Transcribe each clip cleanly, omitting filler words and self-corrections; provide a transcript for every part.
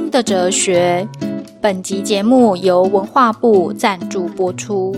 冰的哲学。本集节目由文化部赞助播出。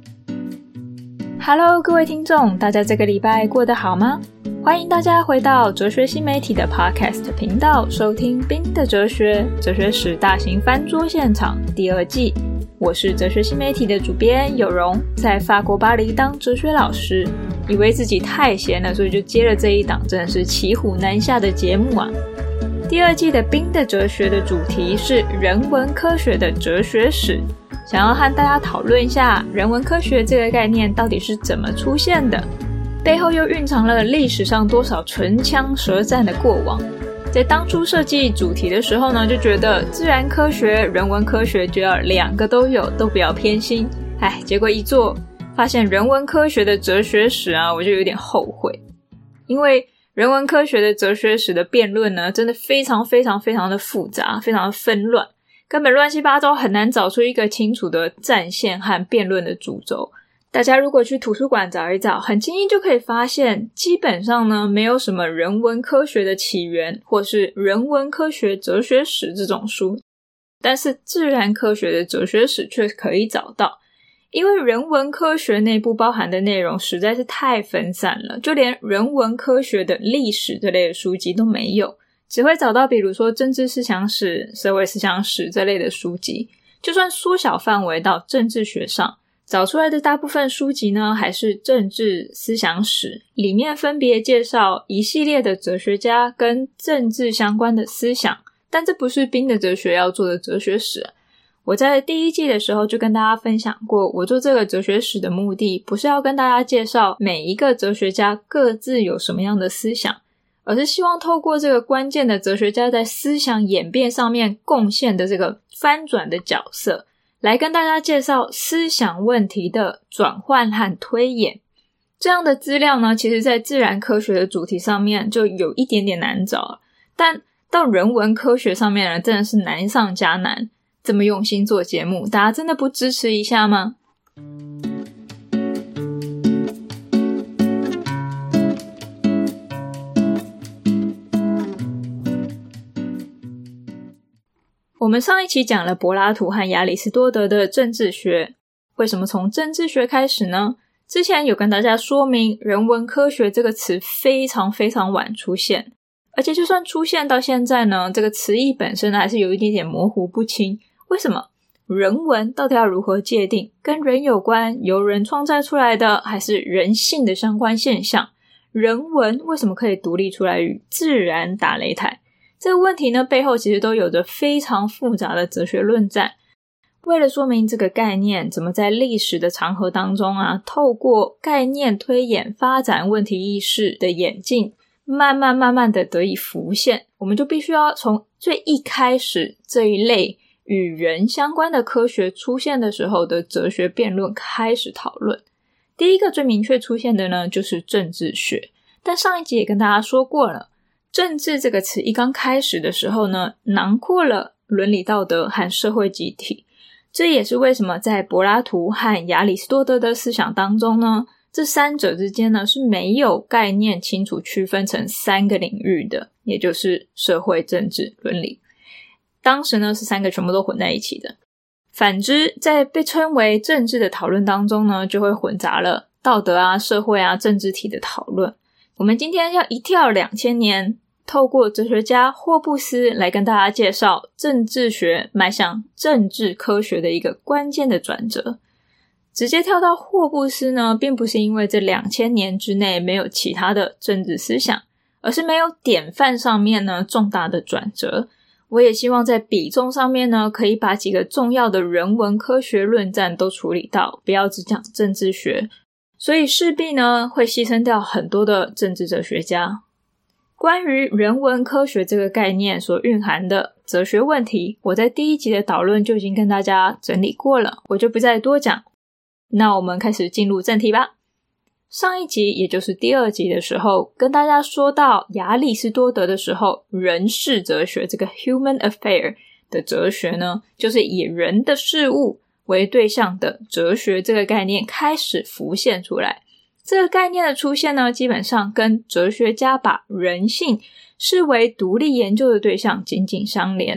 Hello， 各位听众，大家这个礼拜过得好吗？欢迎大家回到哲学新媒体的 Podcast 频道，收听冰的哲学，哲学史大型翻桌现场第2季。我是哲学新媒体的主编有容，在法国巴黎当哲学老师，以为自己太闲了，所以就接了这一档真的是骑虎难下的节目啊。第2季的冰的哲学的主题是人文科学的哲学史，想要和大家讨论一下人文科学这个概念到底是怎么出现的，背后又蕴藏了历史上多少唇枪舌战的过往。在当初设计主题的时候呢，就觉得自然科学、人文科学就要2个都有，都不要偏心。结果一做发现人文科学的哲学史啊，我就有点后悔。因为人文科学的哲学史的辩论呢，真的非常的复杂，非常的纷乱，根本乱七八糟，很难找出一个清楚的战线和辩论的主轴。大家如果去图书馆找一找，很轻易就可以发现，基本上呢，没有什么人文科学的起源或是人文科学哲学史这种书，但是自然科学的哲学史却可以找到。因为人文科学内部包含的内容实在是太分散了，就连人文科学的历史这类的书籍都没有，只会找到比如说政治思想史、社会思想史这类的书籍。就算缩小范围到政治学上，找出来的大部分书籍呢，还是政治思想史，里面分别介绍一系列的哲学家跟政治相关的思想，但这不是冰的哲学要做的哲学史。我在第1季的时候就跟大家分享过，我做这个哲学史的目的不是要跟大家介绍每一个哲学家各自有什么样的思想，而是希望透过这个关键的哲学家在思想演变上面贡献的这个翻转的角色，来跟大家介绍思想问题的转换和推演。这样的资料呢，其实在自然科学的主题上面就有一点点难找，但到人文科学上面呢，真的是难上加难。这么用心做节目，大家真的不支持一下吗？我们上一期讲了柏拉图和亚里士多德的政治学，为什么从政治学开始呢？之前有跟大家说明，人文科学这个词非常晚出现，而且就算出现到现在呢，这个词义本身还是有一点点模糊不清。为什么？人文到底要如何界定？跟人有关，由人创造出来的，还是人性的相关现象？人文为什么可以独立出来与自然打擂台？这个问题呢，背后其实都有着非常复杂的哲学论战。为了说明这个概念怎么在历史的长河当中啊，透过概念推演发展问题意识的演进，慢慢的得以浮现，我们就必须要从最一开始这一类与人相关的科学出现的时候的哲学辩论开始讨论。第一个最明确出现的呢，就是政治学。但上一集也跟大家说过了，政治这个词一刚开始的时候呢，囊括了伦理道德和社会集体。这也是为什么在柏拉图和亚里士多德的思想当中呢，这3者之间呢是没有概念清楚区分成3个领域的，也就是社会、政治、伦理。当时呢是3个全部都混在一起的。反之，在被称为政治的讨论当中呢，就会混杂了道德啊、社会啊、政治体的讨论。我们今天要一跳2000年，透过哲学家霍布斯来跟大家介绍政治学迈向政治科学的一个关键的转折。直接跳到霍布斯呢，并不是因为这2000年之内没有其他的政治思想，而是没有典范上面呢重大的转折。我也希望在比重上面呢，可以把几个重要的人文科学论战都处理到，不要只讲政治学，所以势必呢会牺牲掉很多的政治哲学家。关于人文科学这个概念所蕴含的哲学问题，我在第1集的讨论就已经跟大家整理过了，我就不再多讲。那我们开始进入正题吧。上一集也就是第2集的时候，跟大家说到亚里士多德的时候，人事哲学这个 human affair 的哲学呢，就是以人的事物为对象的哲学这个概念开始浮现出来。这个概念的出现呢，基本上跟哲学家把人性视为独立研究的对象紧紧相连，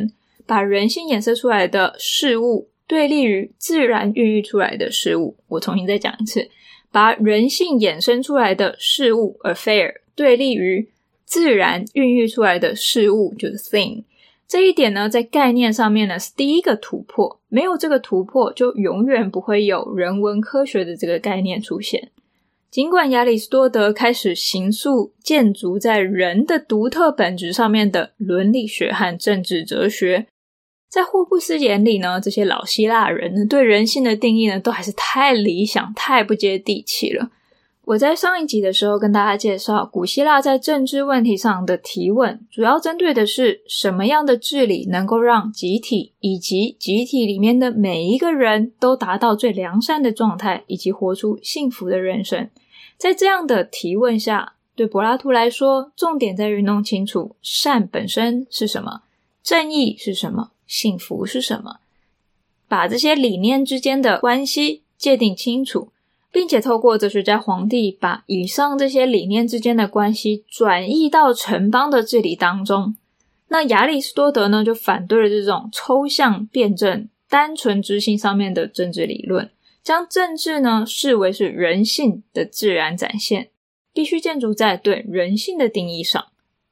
把人性衍生出来的事物对立于自然孕育出来的事物。我重新再讲一次，把人性衍生出来的事物 affair 对立于自然孕育出来的事物，就是 thing。这一点呢，在概念上面呢是第一个突破，没有这个突破就永远不会有人文科学的这个概念出现。尽管亚里士多德开始形塑建筑在人的独特本质上面的伦理学和政治哲学，在霍布斯眼里呢，这些老希腊人呢对人性的定义呢都还是太理想太不接地气了。我在上一集的时候跟大家介绍，古希腊在政治问题上的提问主要针对的是什么样的治理能够让集体以及集体里面的每一个人都达到最良善的状态，以及活出幸福的人生。在这样的提问下，对柏拉图来说，重点在于弄清楚善本身是什么，正义是什么，幸福是什么，把这些理念之间的关系界定清楚，并且透过哲学家皇帝把以上这些理念之间的关系转移到城邦的治理当中。那亚里士多德呢，就反对了这种抽象辩证单纯执行上面的政治理论，将政治呢视为是人性的自然展现，必须建筑在对人性的定义上。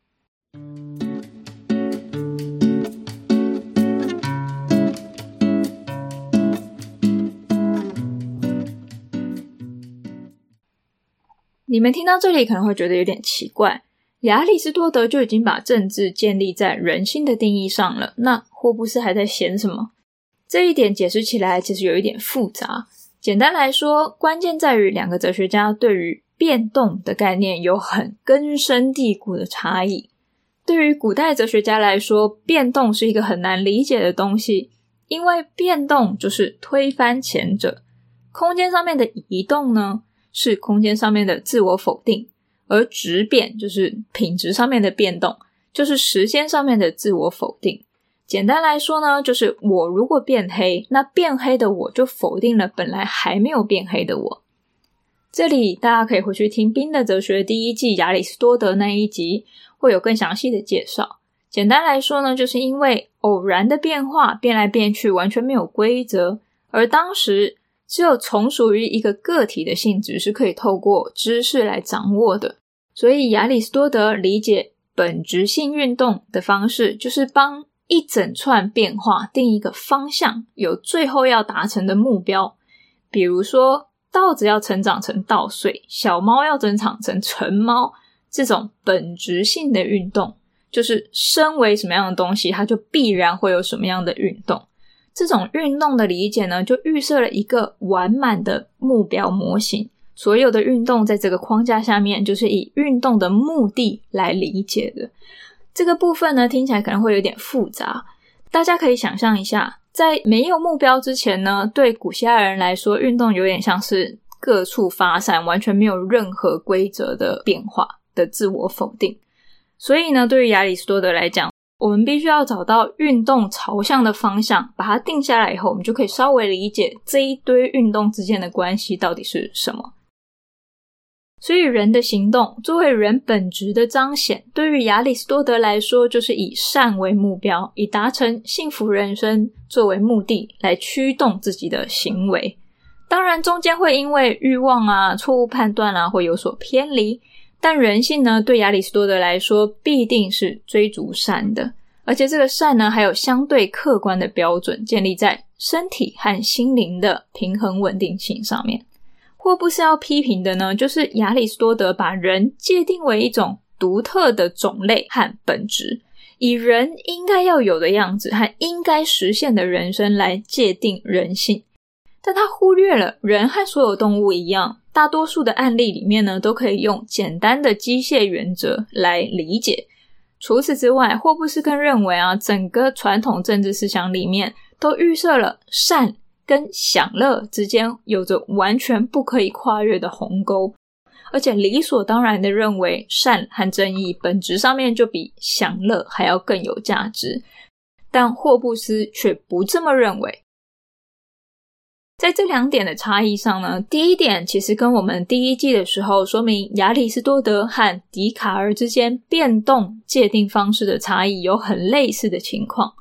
你们听到这里可能会觉得有点奇怪，亚里士多德就已经把政治建立在人性的定义上了，那霍布斯还在嫌什么？这一点解释起来其实有一点复杂。简单来说，关键在于两个哲学家对于变动的概念有很根深蒂固的差异。对于古代哲学家来说，变动是一个很难理解的东西，因为变动就是推翻前者。空间上面的移动呢，是空间上面的自我否定，而质变就是品质上面的变动，就是时间上面的自我否定。简单来说呢，就是我如果变黑，那变黑的我就否定了本来还没有变黑的我。这里大家可以回去听《冰的哲学》第1季亚里士多德那一集，会有更详细的介绍。简单来说呢，就是因为偶然的变化变来变去完全没有规则，而当时只有从属于一个个体的性质是可以透过知识来掌握的，所以亚里士多德理解本质性运动的方式，就是帮一整串变化定一个方向，有最后要达成的目标。比如说稻子要成长成稻穗，小猫要成长成成猫，这种本质性的运动，就是身为什么样的东西，它就必然会有什么样的运动。这种运动的理解呢，就预设了一个完满的目标模型，所有的运动在这个框架下面就是以运动的目的来理解的。这个部分呢，听起来可能会有点复杂，大家可以想象一下，在没有目标之前呢，对古希腊人来说，运动有点像是各处发散，完全没有任何规则的变化的自我否定。所以呢，对于亚里士多德来讲，我们必须要找到运动朝向的方向，把它定下来以后，我们就可以稍微理解这一堆运动之间的关系到底是什么。所以人的行动作为人本质的彰显，对于亚里士多德来说，就是以善为目标，以达成幸福人生作为目的来驱动自己的行为。当然中间会因为欲望啊、错误判断啊会有所偏离，但人性呢，对亚里士多德来说必定是追逐善的，而且这个善呢还有相对客观的标准，建立在身体和心灵的平衡稳定性上面。霍布斯要批评的呢，就是亚里士多德把人界定为一种独特的种类和本质，以人应该要有的样子和应该实现的人生来界定人性。但他忽略了人和所有动物一样，大多数的案例里面呢，都可以用简单的机械原则来理解。除此之外，霍布斯更认为整个传统政治思想里面都预设了善跟享乐之间有着完全不可以跨越的鸿沟，而且理所当然的认为善和正义本质上面就比享乐还要更有价值。但霍布斯却不这么认为。在这两点的差异上呢，第一点其实跟我们第一季的时候说明亚里士多德和笛卡尔之间变动界定方式的差异有很类似的情况。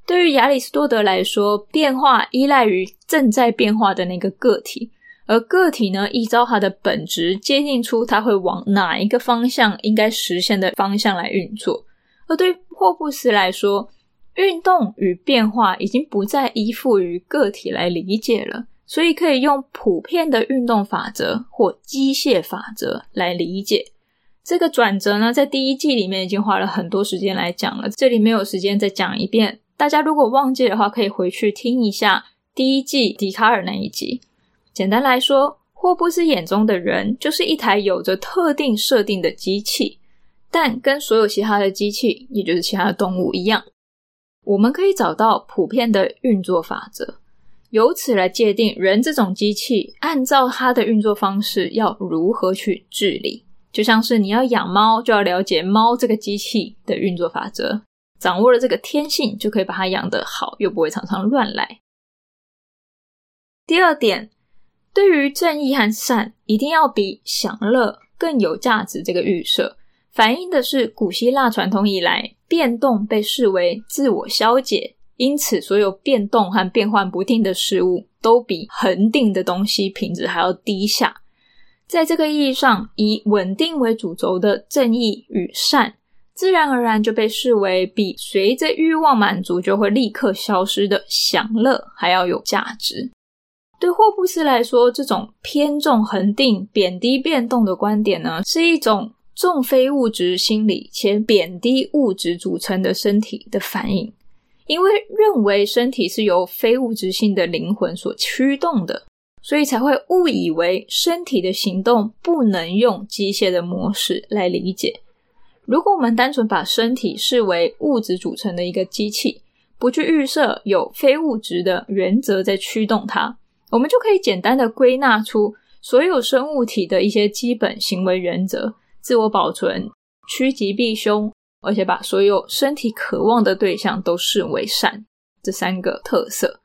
对于亚里士多德来说，变化依赖于正在变化的那个个体，而个体呢，依照它的本质界定出它会往哪一个方向应该实现的方向来运作。而对霍布斯来说，运动与变化已经不再依附于个体来理解了，所以可以用普遍的运动法则或机械法则来理解。这个转折呢，在第一季里面已经花了很多时间来讲了，这里没有时间再讲一遍，大家如果忘记的话可以回去听一下第一季笛卡尔那一集。简单来说，霍布斯眼中的人就是一台有着特定设定的机器，但跟所有其他的机器，也就是其他的动物一样，我们可以找到普遍的运作法则，由此来界定人这种机器按照它的运作方式要如何去治理。就像是你要养猫，就要了解猫这个机器的运作法则，掌握了这个天性，就可以把它养得好，又不会常常乱来。第二点，对于正义和善，一定要比享乐更有价值这个预设，反映的是古希腊传统以来，变动被视为自我消解，因此所有变动和变幻不定的事物都比恒定的东西品质还要低下。在这个意义上，以稳定为主轴的正义与善，自然而然就被视为比随着欲望满足就会立刻消失的享乐还要有价值。对霍布斯来说，这种偏重恒定、贬低变动的观点呢，是一种重非物质心理且贬低物质组成的身体的反应，因为认为身体是由非物质性的灵魂所驱动的，所以才会误以为身体的行动不能用机械的模式来理解。如果我们单纯把身体视为物质组成的一个机器，不去预设有非物质的原则在驱动它，我们就可以简单的归纳出所有生物体的一些基本行为原则，自我保存、趋吉避凶，而且把所有身体渴望的对象都视为善，这三个特色。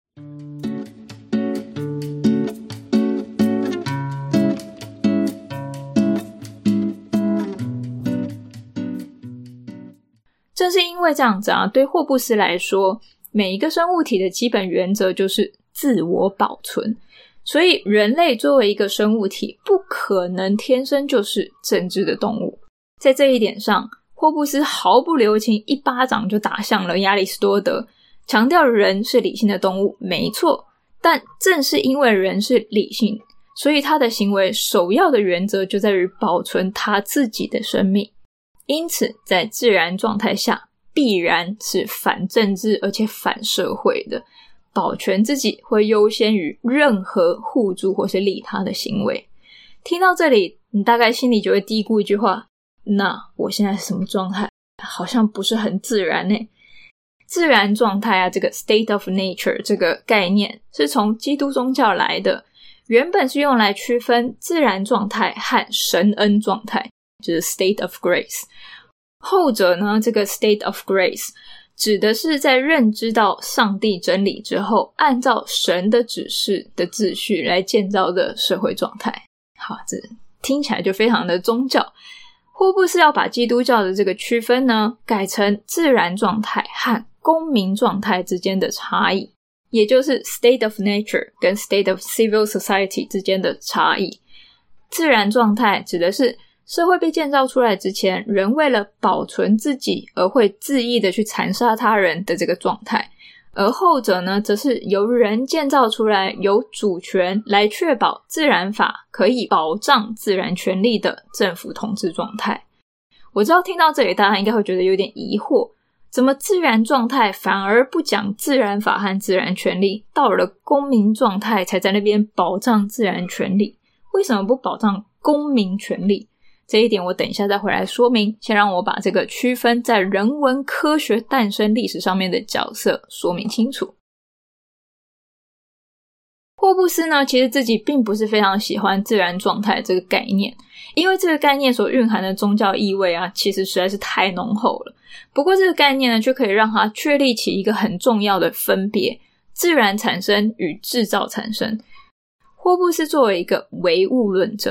正是因为这样子啊，对霍布斯来说，每一个生物体的基本原则就是自我保存，所以人类作为一个生物体，不可能天生就是正直的动物。在这一点上，霍布斯毫不留情，一巴掌就打向了亚里士多德，强调人是理性的动物，没错，但正是因为人是理性，所以他的行为首要的原则就在于保存他自己的生命。因此在自然状态下必然是反政治而且反社会的，保全自己会优先于任何互助或是利他的行为。听到这里，你大概心里就会嘀咕一句话，那我现在是什么状态？好像不是很自然耶。自然状态啊，这个 state of nature 这个概念是从基督宗教来的，原本是用来区分自然状态和神恩状态，就是 state of grace。 后者呢，这个 state of grace 指的是在认知到上帝真理之后，按照神的指示的秩序来建造的社会状态。好，这听起来就非常的宗教。霍布斯要把基督教的这个区分呢，改成自然状态和公民状态之间的差异，也就是 state of nature 跟 state of civil society 之间的差异。自然状态指的是社会被建造出来之前，人为了保存自己而会恣意的去残杀他人的这个状态，而后者呢，则是由人建造出来，有主权来确保自然法可以保障自然权利的政府统治状态。我知道听到这里大家应该会觉得有点疑惑，怎么自然状态反而不讲自然法和自然权利，到了公民状态才在那边保障自然权利？为什么不保障公民权利？这一点我等一下再回来说明，先让我把这个区分在人文科学诞生历史上面的角色说明清楚。霍布斯呢，其实自己并不是非常喜欢自然状态这个概念，因为这个概念所蕴含的宗教意味啊，其实实在是太浓厚了。不过这个概念呢，却可以让它确立起一个很重要的分别，自然产生与制造产生。霍布斯作为一个唯物论者，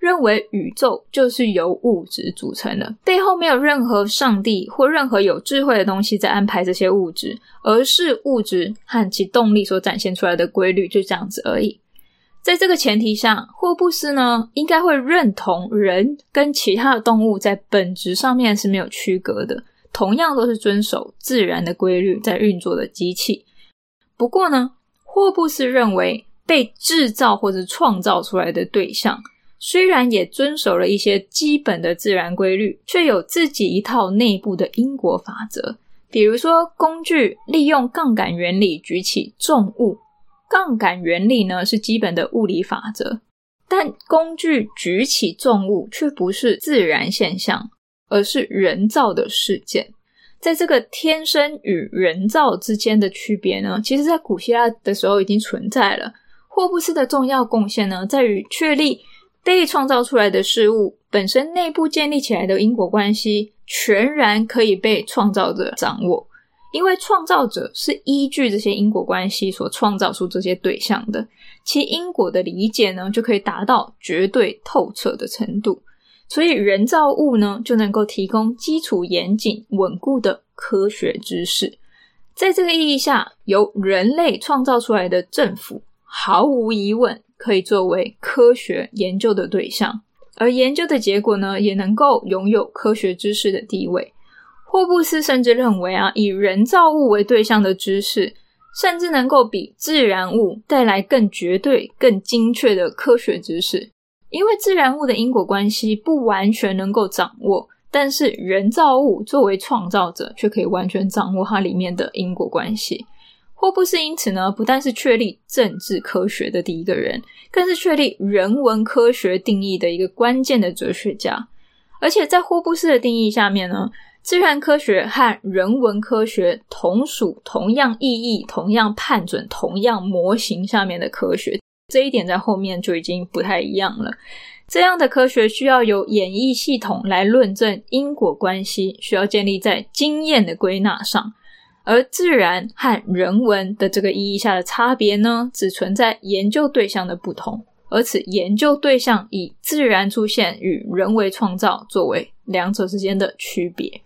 认为宇宙就是由物质组成的，背后没有任何上帝或任何有智慧的东西在安排这些物质，而是物质和其动力所展现出来的规律，就这样子而已。在这个前提下，霍布斯呢应该会认同人跟其他的动物在本质上面是没有区隔的，同样都是遵守自然的规律在运作的机器。不过呢，霍布斯认为被制造或者创造出来的对象虽然也遵守了一些基本的自然规律，却有自己一套内部的因果法则。比如说工具利用杠杆原理举起重物，杠杆原理呢是基本的物理法则，但工具举起重物却不是自然现象，而是人造的事件。在这个天生与人造之间的区别呢，其实在古希腊的时候已经存在了。霍布斯的重要贡献呢，在于确立被创造出来的事物本身内部建立起来的因果关系全然可以被创造者掌握，因为创造者是依据这些因果关系所创造出这些对象的，其因果的理解呢就可以达到绝对透彻的程度。所以人造物呢就能够提供基础严谨稳固的科学知识。在这个意义下，由人类创造出来的政府毫无疑问可以作为科学研究的对象，而研究的结果呢也能够拥有科学知识的地位。霍布斯甚至认为以人造物为对象的知识甚至能够比自然物带来更绝对更精确的科学知识。因为自然物的因果关系不完全能够掌握，但是人造物作为创造者却可以完全掌握它里面的因果关系。霍布斯因此呢，不但是确立政治科学的第一个人，更是确立人文科学定义的一个关键的哲学家。而且在霍布斯的定义下面呢，自然科学和人文科学同属同样意义、同样判准、同样模型下面的科学，这一点在后面就已经不太一样了。这样的科学需要有演绎系统来论证因果关系，需要建立在经验的归纳上。而自然和人文的这个意义下的差别呢，只存在研究对象的不同，而此研究对象以自然出现与人为创造作为两者之间的区别。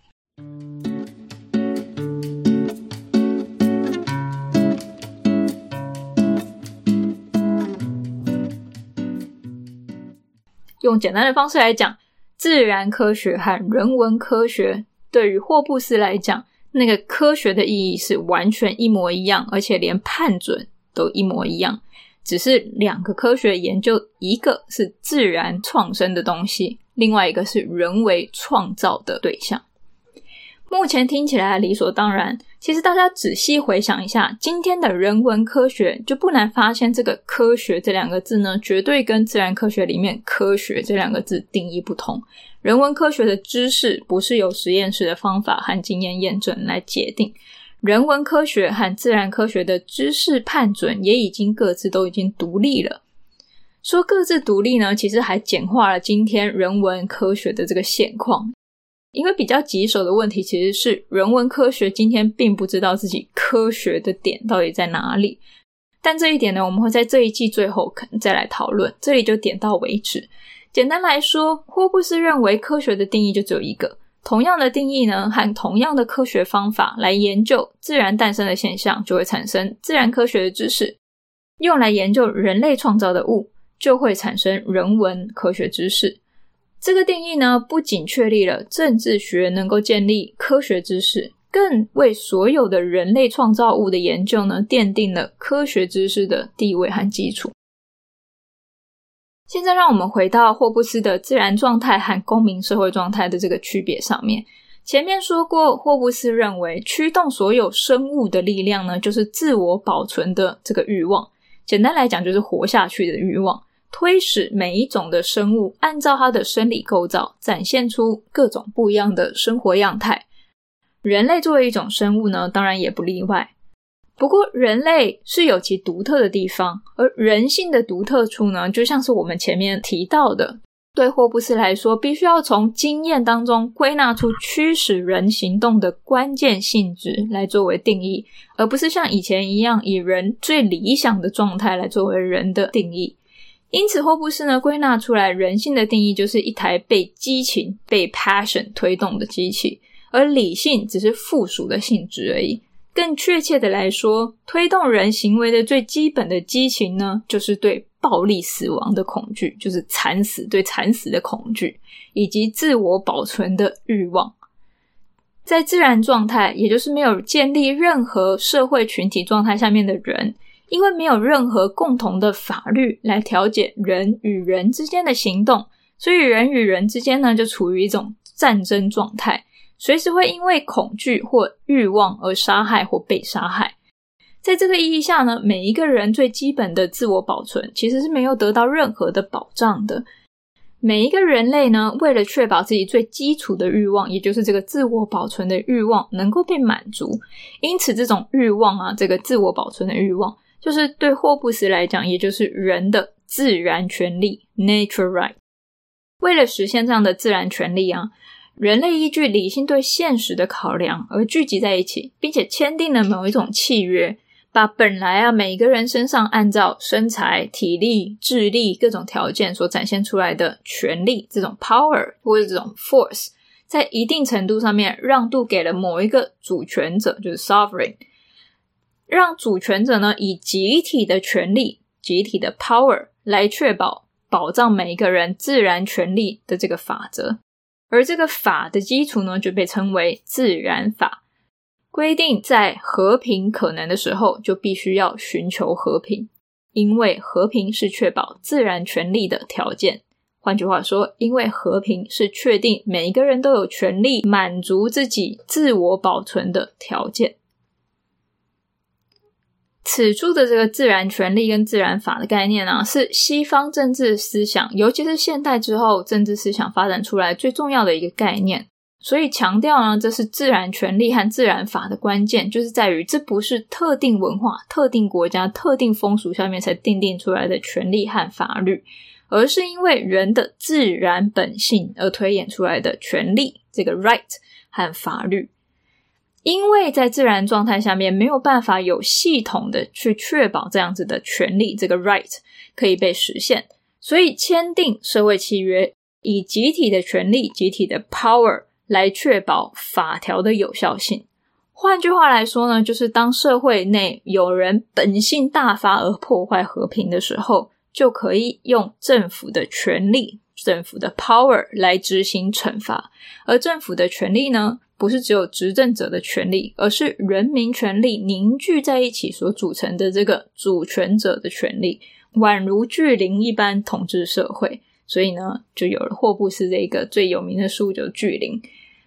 用简单的方式来讲，自然科学和人文科学对于霍布斯来讲，那个科学的意义是完全一模一样，而且连判准都一模一样，只是两个科学研究，一个是自然创生的东西，另外一个是人为创造的对象。目前听起来理所当然，其实大家仔细回想一下，今天的人文科学就不难发现，这个科学这两个字呢，绝对跟自然科学里面科学这两个字定义不同。人文科学的知识不是由实验室的方法和经验验证来界定，人文科学和自然科学的知识判准也已经各自都已经独立了。说各自独立呢，其实还简化了今天人文科学的这个现况。因为比较棘手的问题其实是人文科学今天并不知道自己科学的点到底在哪里，但这一点呢，我们会在这一季最后可能再来讨论，这里就点到为止。简单来说，霍布斯认为科学的定义就只有一个，同样的定义呢，和同样的科学方法来研究自然诞生的现象，就会产生自然科学的知识，用来研究人类创造的物，就会产生人文科学知识。这个定义呢，不仅确立了政治学能够建立科学知识，更为所有的人类创造物的研究呢，奠定了科学知识的地位和基础。现在让我们回到霍布斯的自然状态和公民社会状态的这个区别上面。前面说过，霍布斯认为驱动所有生物的力量呢，就是自我保存的这个欲望，简单来讲就是活下去的欲望，推使每一种的生物按照它的生理构造展现出各种不一样的生活样态。人类作为一种生物呢，当然也不例外。不过人类是有其独特的地方，而人性的独特处呢，就像是我们前面提到的，对霍布斯来说，必须要从经验当中归纳出驱使人行动的关键性质来作为定义，而不是像以前一样以人最理想的状态来作为人的定义。 因此霍布斯呢归纳出来人性的定义就是一台被激情被 passion 推动的机器，而理性只是附属的性质而已。更确切的来说，推动人行为的最基本的激情呢，就是对暴力死亡的恐惧，就是对惨死的恐惧，以及自我保存的欲望。在自然状态，也就是没有建立任何社会群体状态下面的人，因为没有任何共同的法律来调节人与人之间的行动，所以人与人之间呢就处于一种战争状态，随时会因为恐惧或欲望而杀害或被杀害。在这个意义下呢，每一个人最基本的自我保存其实是没有得到任何的保障的。每一个人类呢，为了确保自己最基础的欲望，也就是这个自我保存的欲望能够被满足，因此这种欲望啊，这个自我保存的欲望，就是对霍布斯来讲，也就是人的自然权利 nature right。 为了实现这样的自然权利啊，人类依据理性对现实的考量而聚集在一起，并且签订了某一种契约，把本来啊每个人身上按照身材、体力、智力各种条件所展现出来的权力，这种 power 或者这种 force， 在一定程度上面让渡给了某一个主权者，就是 sovereign， 让主权者呢以集体的权力、集体的 power 来确保保障每一个人自然权利的这个法则。而这个法的基础呢就被称为自然法，规定在和平可能的时候就必须要寻求和平，因为和平是确保自然权利的条件。换句话说，因为和平是确定每一个人都有权利满足自己自我保存的条件。此处的这个自然权利跟自然法的概念啊，是西方政治思想，尤其是现代之后政治思想发展出来最重要的一个概念。所以强调呢，这是自然权利和自然法的关键，就是在于这不是特定文化、特定国家、特定风俗下面才订定出来的权利和法律，而是因为人的自然本性而推演出来的权利，这个 right 和法律。因为在自然状态下面没有办法有系统的去确保这样子的权利，这个 right 可以被实现，所以签订社会契约，以集体的权利、集体的 power 来确保法条的有效性。换句话来说呢，就是当社会内有人本性大发而破坏和平的时候，就可以用政府的权力、政府的 power 来执行惩罚。而政府的权力呢，不是只有执政者的权力，而是人民权力凝聚在一起所组成的这个主权者的权力，宛如巨灵一般统治社会。所以呢，就有了霍布斯这个最有名的书，就是巨灵。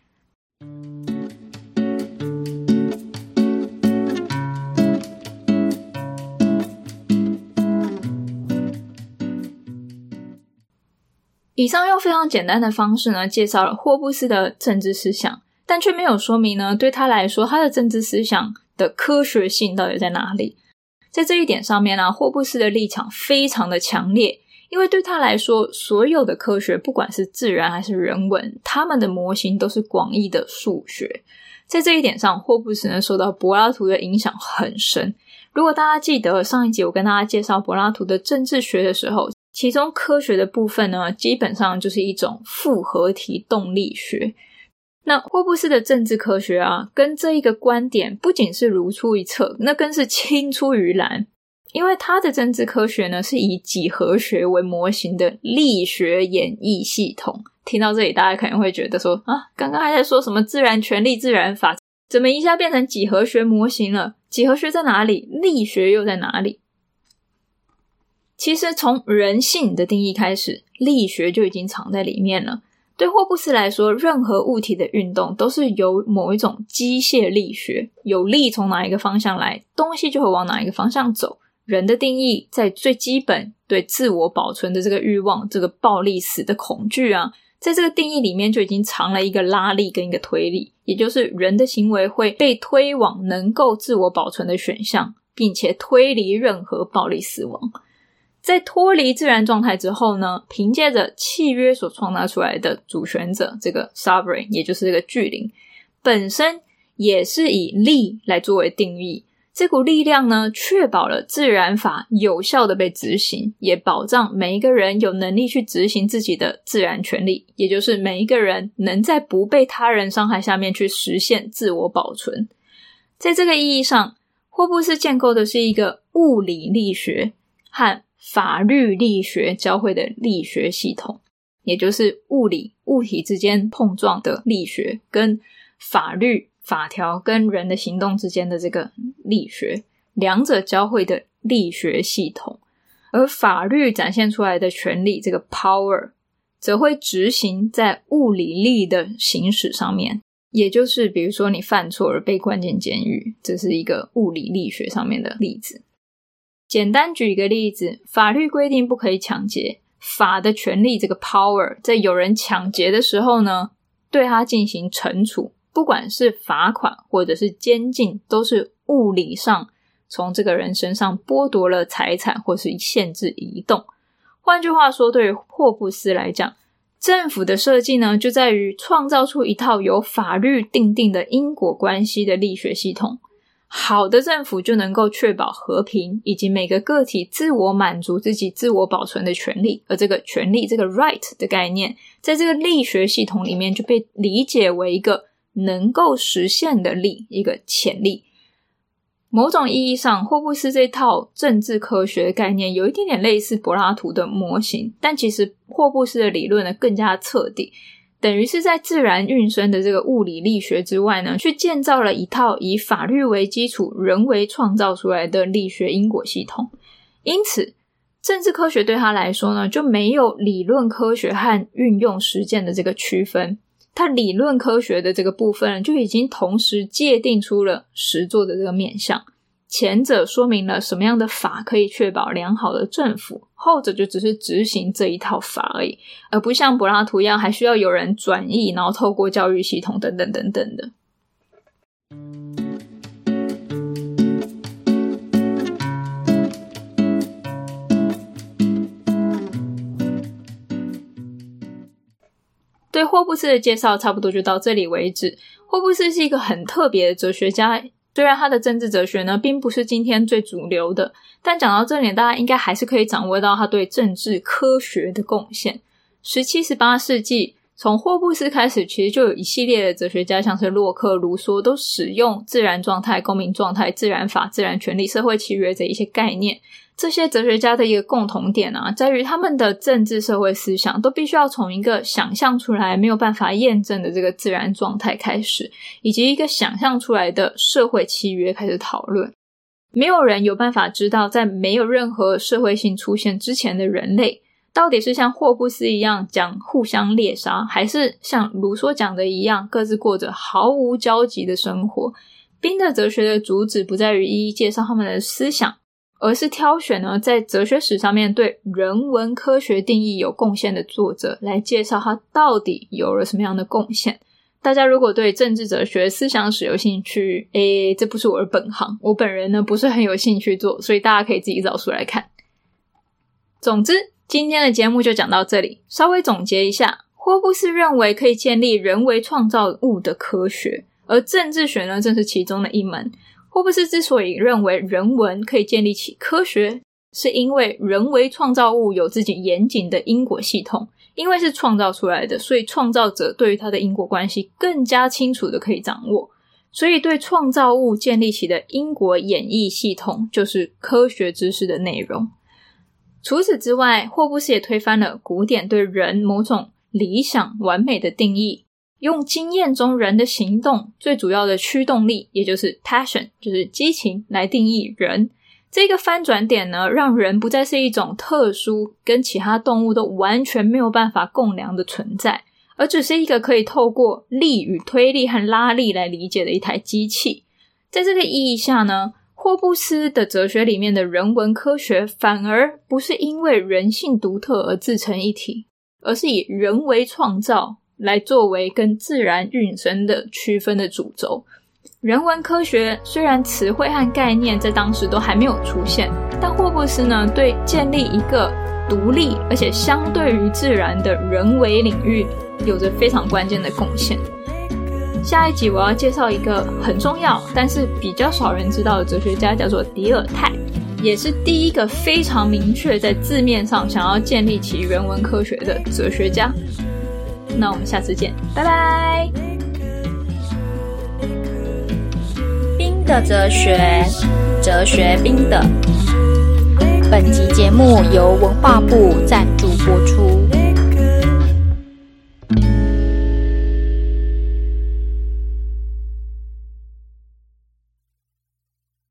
以上用非常简单的方式呢，介绍了霍布斯的政治思想，但却没有说明呢，对他来说他的政治思想的科学性到底在哪里。在这一点上面呢，霍布斯的立场非常的强烈，因为对他来说，所有的科学不管是自然还是人文，他们的模型都是广义的数学。在这一点上，霍布斯呢受到柏拉图的影响很深。如果大家记得上一集我跟大家介绍柏拉图的政治学的时候，其中科学的部分呢，基本上就是一种复合体动力学。那霍布斯的政治科学啊，跟这一个观点不仅是如出一辙，那更是青出于蓝。因为他的政治科学呢，是以几何学为模型的力学演绎系统。听到这里，大家可能会觉得说啊，刚刚还在说什么自然权利、自然法，怎么一下变成几何学模型了？几何学在哪里？力学又在哪里？其实从人性的定义开始，力学就已经藏在里面了。对霍布斯来说，任何物体的运动都是由某一种机械力学，有力从哪一个方向来，东西就会往哪一个方向走。人的定义在最基本对自我保存的这个欲望，这个暴力死的恐惧啊，在这个定义里面就已经藏了一个拉力跟一个推力，也就是人的行为会被推往能够自我保存的选项，并且推离任何暴力死亡。在脱离自然状态之后呢，凭借着契约所创造出来的主权者，这个 sovereign 也就是这个巨灵本身也是以力来作为定义， 这股力量呢，确保了自然法有效的被执行，也保障每一个人有能力去执行自己的自然权利，也就是每一个人能在不被他人伤害下面去实现自我保存。在这个意义上，霍布斯建构的是一个物理力学和法律力学交汇的力学系统，也就是物理物体之间碰撞的力学跟法律法条跟人的行动之间的这个力学，两者交汇的力学系统。而法律展现出来的权利，这个 power 则会执行在物理力的行使上面，也就是比如说你犯错而被关进监狱，这是一个物理力学上面的例子。简单举一个例子，法律规定不可以抢劫，法的权利这个 power 在有人抢劫的时候呢，对他进行惩处，不管是罚款或者是监禁，都是物理上从这个人身上剥夺了财产或是限制移动。换句话说，对于霍布斯来讲，政府的设计呢，就在于创造出一套由法律订定的因果关系的力学系统。好的政府就能够确保和平，以及每个个体自我满足自己自我保存的权利。而这个权利，这个 right 的概念，在这个力学系统里面就被理解为一个能够实现的力，一个潜力。某种意义上，霍布斯这套政治科学的概念有一点点类似柏拉图的模型，但其实霍布斯的理论呢更加彻底，等于是在自然运生的这个物理力学之外呢，去建造了一套以法律为基础人为创造出来的力学因果系统。因此政治科学对他来说呢，就没有理论科学和运用实践的这个区分，它理论科学的这个部分就已经同时界定出了实作的这个面向。前者说明了什么样的法可以确保良好的政府，后者就只是执行这一套法而已，而不像柏拉图一样还需要有人转译，然后透过教育系统等等等等的。对霍布斯的介绍差不多就到这里为止。霍布斯是一个很特别的哲学家，虽然他的政治哲学呢并不是今天最主流的，但讲到这里大家应该还是可以掌握到他对政治科学的贡献。17、18世纪从霍布斯开始，其实就有一系列的哲学家，像是洛克、卢梭，都使用自然状态、公民状态、自然法、自然权利、社会契约这一些概念。这些哲学家的一个共同点啊，在于他们的政治社会思想都必须要从一个想象出来没有办法验证的这个自然状态开始，以及一个想象出来的社会契约开始讨论。没有人有办法知道在没有任何社会性出现之前的人类到底是像霍布斯一样讲互相猎杀，还是像卢梭讲的一样各自过着毫无交集的生活。宾德哲学的主旨不在于一一介绍他们的思想，而是挑选呢在哲学史上面对人文科学定义有贡献的作者，来介绍他到底有了什么样的贡献。大家如果对政治哲学思想史有兴趣，这不是我的本行，我本人呢不是很有兴趣做，所以大家可以自己找书来看。总之今天的节目就讲到这里。稍微总结一下，霍布斯认为可以建立人为创造物的科学，而政治学呢正是其中的一门。霍布斯之所以认为人文可以建立起科学，是因为人为创造物有自己严谨的因果系统，因为是创造出来的，所以创造者对于他的因果关系更加清楚的可以掌握，所以对创造物建立起的因果演绎系统就是科学知识的内容。除此之外，霍布斯也推翻了古典对人某种理想完美的定义，用经验中人的行动最主要的驱动力，也就是 passion， 就是激情来定义人。这个翻转点呢，让人不再是一种特殊跟其他动物都完全没有办法共量的存在，而只是一个可以透过力与推力和拉力来理解的一台机器。在这个意义下呢，霍布斯的哲学里面的人文科学反而不是因为人性独特而自成一体，而是以人为创造来作为跟自然运生的区分的主轴。人文科学虽然词汇和概念在当时都还没有出现，但霍布斯呢对建立一个独立而且相对于自然的人为领域有着非常关键的贡献。 下一集我要介绍一个很重要但是比较少人知道的哲学家，叫做迪尔泰，也是第一个非常明确在字面上想要建立起人文科学的哲学家。那我们下次见，拜拜。 冰的哲学，哲学冰的。本集节目由文化部赞助播出。